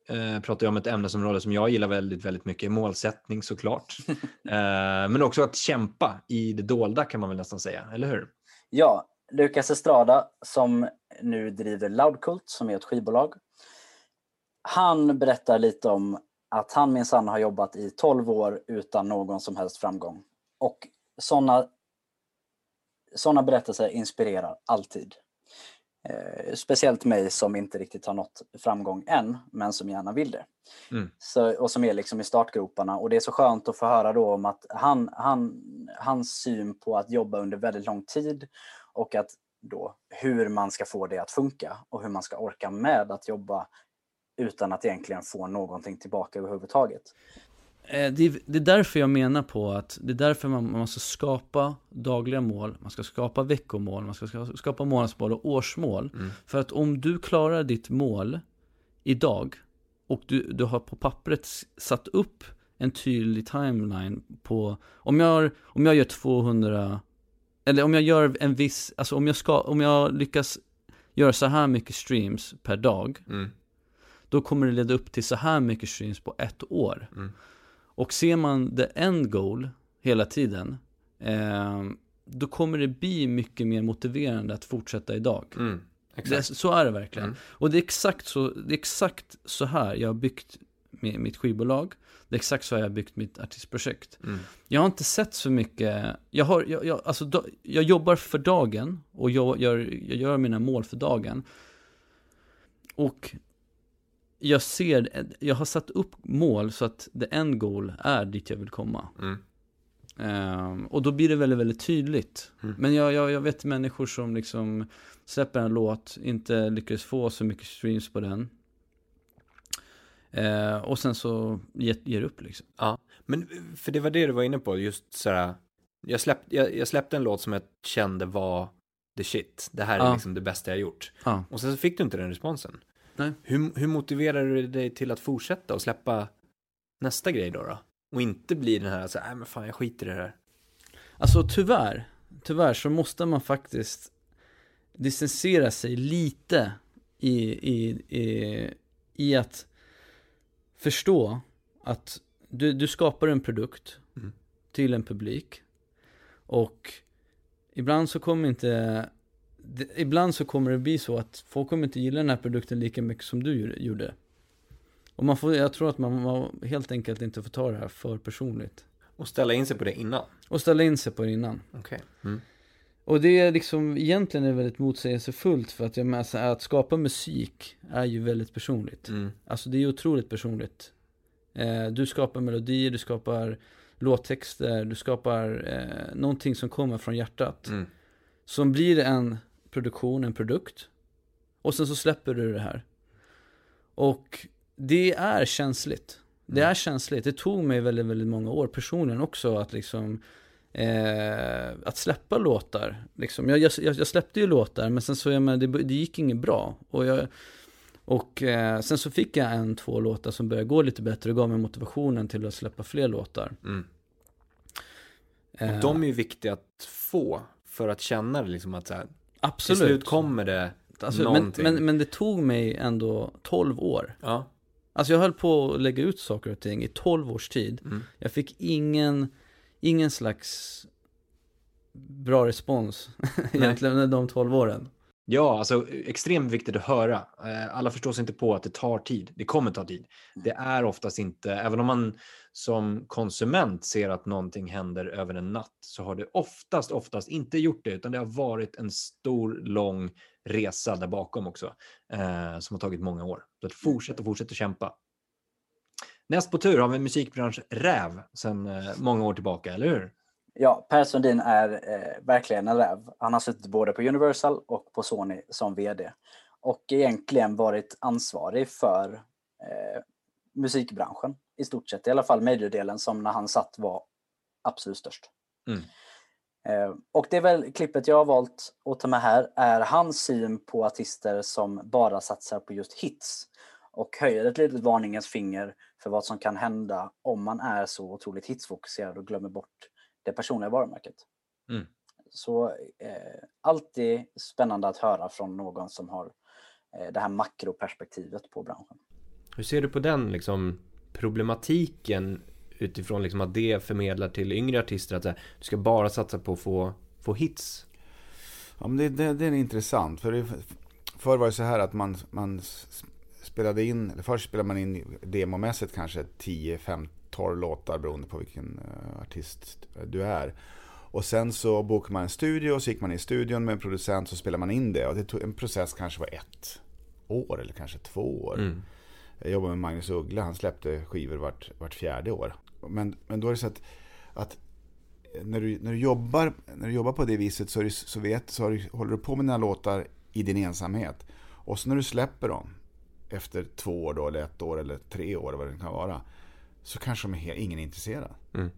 eh, pratar jag om ett ämnesområde som jag gillar väldigt, väldigt mycket. Målsättning såklart. eh, men också att kämpa i det dolda kan man väl nästan säga, eller hur? Ja, Lucas Estrada som nu driver Loudcult som är ett skivbolag. Han berättar lite om att han minsann har jobbat i tolv år utan någon som helst framgång. Och sådana såna berättelser inspirerar alltid. Eh, speciellt mig som inte riktigt har nått framgång än, men som gärna vill det. Mm. Så, och som är liksom i startgroparna. Och det är så skönt att få höra då om att han, han, hans syn på att jobba under väldigt lång tid och att då hur man ska få det att funka och hur man ska orka med att jobba utan att egentligen få någonting tillbaka överhuvudtaget. Det är, det är därför jag menar på att det är därför man, man ska skapa dagliga mål, man ska skapa veckomål, man ska skapa månadsmål och årsmål. Mm. För att om du klarar ditt mål idag och du, du har på pappret satt upp en tydlig timeline på, om jag, om jag gör tvåhundra, eller om jag gör en viss, alltså om jag, ska, om jag lyckas göra så här mycket streams per dag, mm. då kommer det leda upp till så här mycket streams på ett år. Mm. Och ser man the end goal hela tiden, eh, då kommer det bli mycket mer motiverande att fortsätta idag. Mm, det, så är det verkligen. Mm. Och det är, exakt så, det är exakt så här jag har byggt med mitt skivbolag. Det är exakt så här jag har byggt mitt artistprojekt. Mm. Jag har inte sett så mycket. Jag, har, jag, jag, alltså, då, jag jobbar för dagen och jag gör, jag gör mina mål för dagen. Och jag ser, jag har satt upp mål så att the end goal är dit jag vill komma. Mm. Um, och då blir det väldigt, väldigt tydligt. Mm. Men jag, jag, jag vet människor som liksom släpper en låt, inte lyckas få så mycket streams på den. Uh, och sen så ger, ger upp liksom. Ja, men för det var det du var inne på, just sådär, jag, släpp, jag, jag släppte en låt som jag kände var the shit. Det här är ja. liksom det bästa jag gjort. Ja. Och sen så fick du inte den responsen. Nej. Hur, hur motiverar du dig till att fortsätta och släppa nästa grej då, då? Och inte bli den här, alltså, nej men fan jag skiter i det här. Alltså tyvärr, tyvärr så måste man faktiskt distansera sig lite i, i, i, i att förstå att du, du skapar en produkt mm. till en publik. Och ibland så kommer inte... Det, ibland så kommer det bli så att folk kommer inte gilla den här produkten lika mycket som du gjorde. Och man får, jag tror att man, man helt enkelt inte får ta det här för personligt. Och ställa in sig på det innan? Och ställa in sig på det innan. Okej. Okay. Mm. Och det är liksom, egentligen är väldigt motsägelsefullt för att jag menar, att skapa musik är ju väldigt personligt. Mm. Alltså det är ju otroligt personligt. Eh, du skapar melodier, du skapar låttexter, du skapar eh, någonting som kommer från hjärtat. Mm. Som blir en produktion, en produkt. Och sen så släpper du det här. Och det är känsligt. Det är känsligt. Det tog mig väldigt, väldigt många år personligen också att liksom eh, att släppa låtar. Liksom. Jag, jag, jag släppte ju låtar, men sen så jag, men det, det gick inget bra. Och, jag, och eh, sen så fick jag en, två låtar som började gå lite bättre och gav mig motivationen till att släppa fler låtar. Mm. Eh, och de är ju viktiga att få för att känna det liksom att så här, absolut. Till slut kommer det alltså, någonting. Men, men, men det tog mig ändå tolv år. Ja. Alltså jag höll på att lägga ut saker och ting i tolv års tid. Mm. Jag fick ingen, ingen slags bra respons egentligen under de tolv åren. Ja, alltså extremt viktigt att höra. Alla förstår sig inte på att det tar tid. Det kommer ta tid. Det är oftast inte, även om man som konsument ser att någonting händer över en natt, så har det oftast, oftast inte gjort det, utan det har varit en stor, lång resa där bakom också, eh, som har tagit många år. Så att fortsätta och fortsätta kämpa. Näst på tur har vi en musikbransch räv sedan eh, många år tillbaka, eller hur? Ja, Per Sundin är eh, verkligen en räv. Han har suttit både på Universal och på Sony som vd. Och egentligen varit ansvarig för eh, musikbranschen i stort sett. I alla fall mediedelen som när han satt var absolut störst. Mm. Eh, och det är väl klippet jag har valt att ta med här är hans syn på artister som bara satsar på just hits. Och höjer ett litet varningens finger för vad som kan hända om man är så otroligt hitsfokuserad och glömmer bort det personliga varumärket. Mm. Så eh, alltid spännande att höra från någon som har eh, det här makroperspektivet på branschen. Hur ser du på den liksom problematiken utifrån liksom att det förmedlar till yngre artister att här, du ska bara satsa på att få, få hits? Ja, men det, det, det är intressant. För det, förr var det så här att man, man spelade in, eller först spelade man in demomässigt kanske tio, femton låtar beroende på vilken uh, artist du är. Och sen så bokade man en studio och så gick man i studion med en producent så spelade man in det. Och det tog, en process kanske var ett år eller kanske två år. Mm. Jag jobbade med Magnus Uggla, han släppte skivor vart, vart fjärde år. Men, men då är det så att, att när, du, när, du jobbar, när du jobbar på det viset så, är det, så, vet, så har du, håller du på med dina låtar i din ensamhet. Och så när du släpper dem efter två år då, eller ett år eller tre år vad det kan vara, så kanske de är ingen är intresserad. Mm.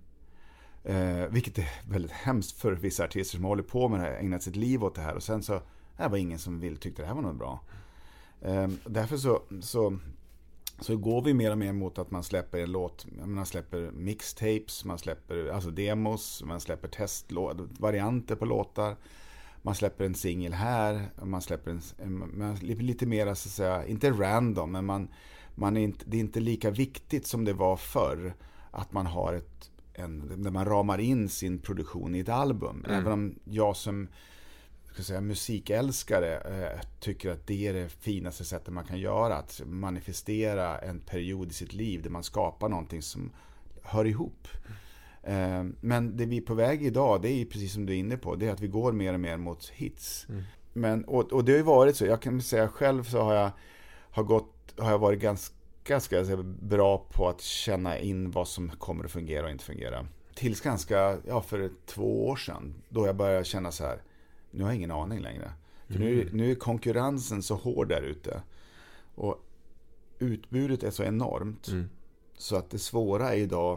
Eh, vilket är väldigt hemskt för vissa artister som håller på med det här, ägnat sitt liv åt det här och sen så det var ingen som vill, tyckte det här var något bra. Eh, därför så, så så går vi mer och mer mot att man släpper en låt, man släpper mixtapes, man släpper alltså demos, man släpper testvarianter på låtar, man släpper en singel här, man släpper en, en lite mer så att säga, inte random, men man, man är inte, det är inte lika viktigt som det var förr att man har ett en, där man ramar in sin produktion i ett album. Mm. Även om jag som ska säga, musikälskare eh, tycker att det är det finaste sättet man kan göra, att manifestera en period i sitt liv där man skapar någonting som hör ihop. Mm. Eh, men det vi är på väg idag, det är precis som du är inne på, det är att vi går mer och mer mot hits. Mm. Men, och, och det har ju varit så, jag kan säga själv så har jag, har gått, har jag varit ganska ska jag säga, bra på att känna in vad som kommer att fungera och inte fungera. Tills ganska, ja för två år sedan, då jag började känna så här, nu har jag ingen aning längre. För mm. nu, nu är konkurrensen så hård där ute. Och utbudet är så enormt. Mm. Så att det svåra är idag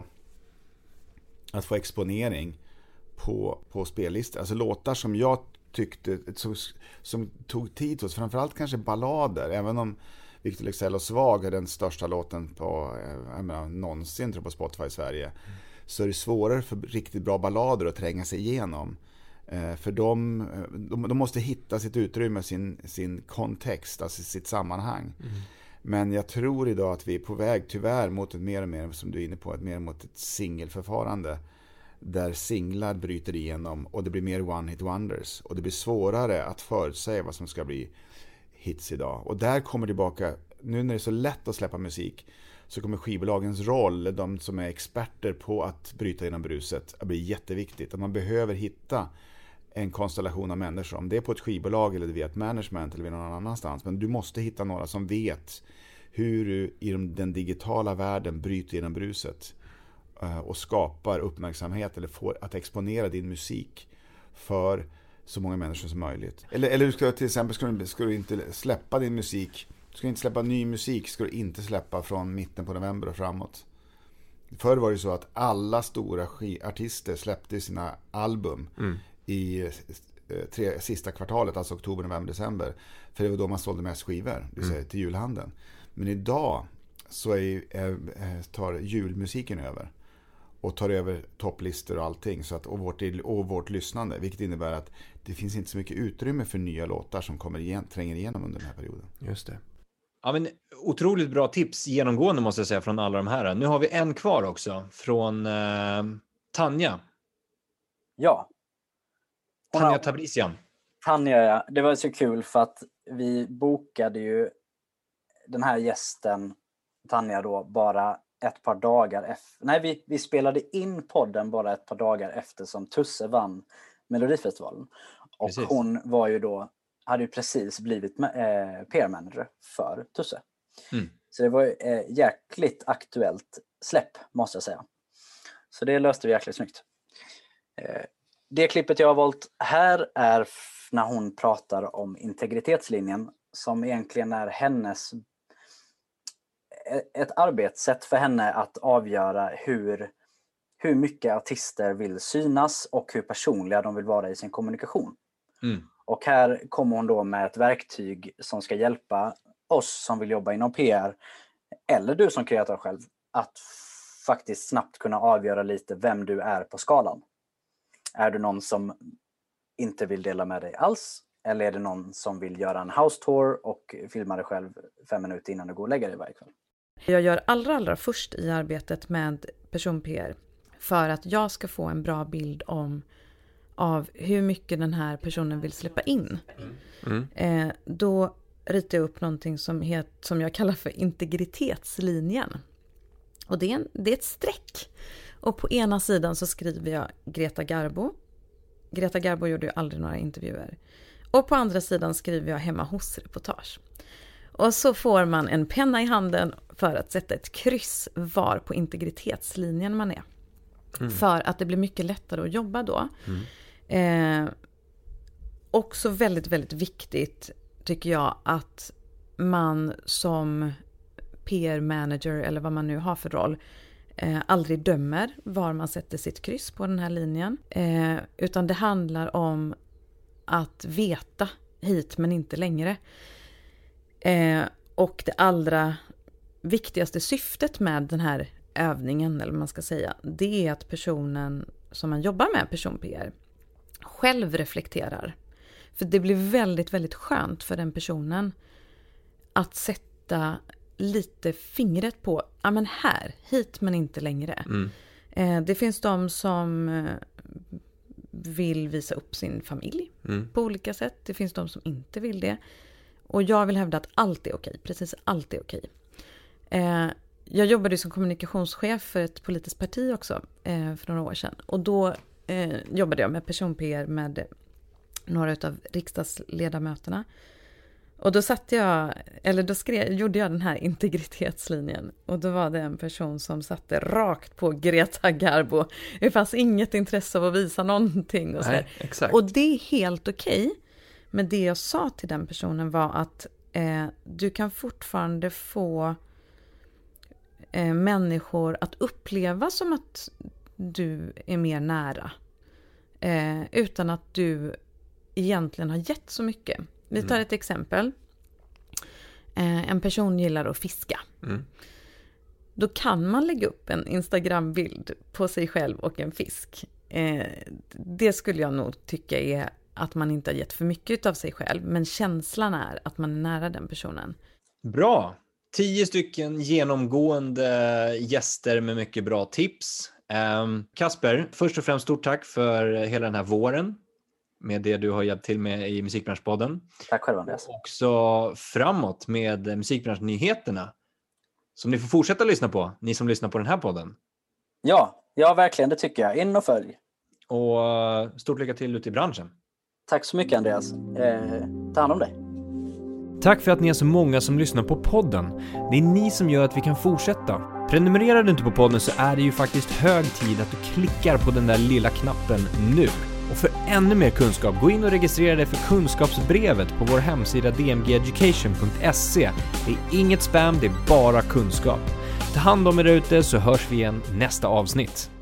att få exponering på, på spellistor. Alltså låtar som jag tyckte, som, som tog tid hos, framförallt kanske ballader, även om Victor Leksell och Svag är den största låten på, jag menar, någonsin tror jag, på Spotify i Sverige. Mm. Så är det svårare för riktigt bra ballader att tränga sig igenom. Eh, för de, de, de måste hitta sitt utrymme, sin, sin kontext, alltså sitt sammanhang. Mm. Men jag tror idag att vi är på väg tyvärr mot ett mer och mer, som du är inne på, ett mer mot ett singelförfarande. Där singlar bryter igenom och det blir mer one-hit wonders. Och det blir svårare att förutsäga vad som ska bli hits idag. Och där kommer tillbaka, nu när det är så lätt att släppa musik, så kommer skivbolagens roll, de som är experter på att bryta genom bruset, att bli jätteviktigt. Att man behöver hitta en konstellation av människor, om det är på ett skivbolag eller via ett management eller någon annanstans. Men du måste hitta några som vet hur du i den digitala världen bryter genom bruset och skapar uppmärksamhet eller får att exponera din musik för så många människor som möjligt. Eller, eller ska, till exempel ska du, ska du inte släppa din musik, ska du inte släppa ny musik, ska du inte släppa från mitten på november och framåt. Förr var det så att alla stora artister släppte sina album mm. i tre, sista kvartalet, alltså oktober, november, december. För det var då man sålde mest skivor, det vill säga mm. till julhandeln. Men idag så är, är, tar julmusiken över. Och tar över topplistor och allting. Så att, och, vårt, och vårt lyssnande. Vilket innebär att det finns inte så mycket utrymme för nya låtar som kommer igen, tränger igenom under den här perioden. Just det. Ja, men otroligt bra tips genomgående måste jag säga från alla de här. Nu har vi en kvar också från eh, Tanja. Ja. Tanja har... Tabrisian. Tanja, ja. Det var så kul för att vi bokade ju den här gästen, Tanja då, bara ett par dagar efter. Nej, vi, vi spelade in podden bara ett par dagar efter som Tusse vann Melodifestivalen. Och precis. Hon var ju då, hade ju precis blivit eh, P R-manager för Tusse. Mm. Så det var ju eh, jäkligt aktuellt släpp, måste jag säga. Så det löste vi jäkligt snyggt. Eh, det klippet jag har valt här är f- när hon pratar om integritetslinjen, som egentligen är hennes ett arbetssätt för henne att avgöra hur, hur mycket artister vill synas och hur personliga de vill vara i sin kommunikation. Mm. Och här kommer hon då med ett verktyg som ska hjälpa oss som vill jobba inom P R, eller du som kreatör själv, att faktiskt snabbt kunna avgöra lite vem du är på skalan. Är du någon som inte vill dela med dig alls? Eller är det någon som vill göra en house tour och filma dig själv fem minuter innan du går och lägger dig varje kväll? Jag gör allra, allra först i arbetet med person-P R för att jag ska få en bra bild om av hur mycket den här personen vill släppa in. Mm. Eh, då ritar jag upp någonting som, het, som jag kallar för integritetslinjen. Och det är, en, det är ett streck. Och på ena sidan så skriver jag Greta Garbo. Greta Garbo gjorde ju aldrig några intervjuer. Och på andra sidan skriver jag hemma hos-reportage. Och så får man en penna i handen för att sätta ett kryss var på integritetslinjen man är. Mm. För att det blir mycket lättare att jobba då. Mm. Eh, också väldigt, väldigt viktigt tycker jag att man som P R-manager eller vad man nu har för roll eh, aldrig dömer var man sätter sitt kryss på den här linjen. Eh, utan det handlar om att veta hit men inte längre. Eh, och det allra viktigaste syftet med den här övningen, eller vad man ska säga, det är att personen som man jobbar med, person-P R, själv reflekterar. För det blir väldigt, väldigt skönt för den personen att sätta lite fingret på, ja men här, hit men inte längre. Mm. Eh, det finns de som eh, vill visa upp sin familj mm. på olika sätt. Det finns de som inte vill det. Och jag vill hävda att allt är okej, precis allt är okej. Eh, jag jobbade som kommunikationschef för ett politiskt parti också eh, för några år sedan. Och då eh, jobbade jag med person-P R med några av riksdagsledamöterna. Och då satte jag, eller då skrev, gjorde jag den här integritetslinjen. Och då var det en person som satte rakt på Greta Garbo. Det fanns inget intresse av att visa någonting. Och, så Nej, exakt. och det är helt okej. Men det jag sa till den personen var att eh, du kan fortfarande få eh, människor att uppleva som att du är mer nära. Eh, utan att du egentligen har gett så mycket. Vi tar ett exempel. Eh, en person gillar att fiska. Mm. Då kan man lägga upp en Instagram-bild på sig själv och en fisk. Eh, det skulle jag nog tycka är att man inte har gett för mycket av sig själv. Men känslan är att man är nära den personen. Bra. Tio stycken genomgående gäster med mycket bra tips. Um, Kasper, först och främst stort tack för hela den här våren. Med det du har hjälpt till med i Musikbranschpodden. Tack själv Andreas. Och också framåt med Musikbranschnyheterna. Som ni får fortsätta lyssna på, ni som lyssnar på den här podden. Ja, ja verkligen, det tycker jag. In och följ. Och stort lycka till ute i branschen. Tack så mycket Andreas. Eh, ta hand om dig. Tack för att ni är så många som lyssnar på podden. Det är ni som gör att vi kan fortsätta. Prenumererar du inte på podden så är det ju faktiskt hög tid att du klickar på den där lilla knappen nu. Och för ännu mer kunskap, gå in och registrera dig för kunskapsbrevet på vår hemsida d m g education punkt se. Det är inget spam, det är bara kunskap. Ta hand om er ute så hörs vi igen nästa avsnitt.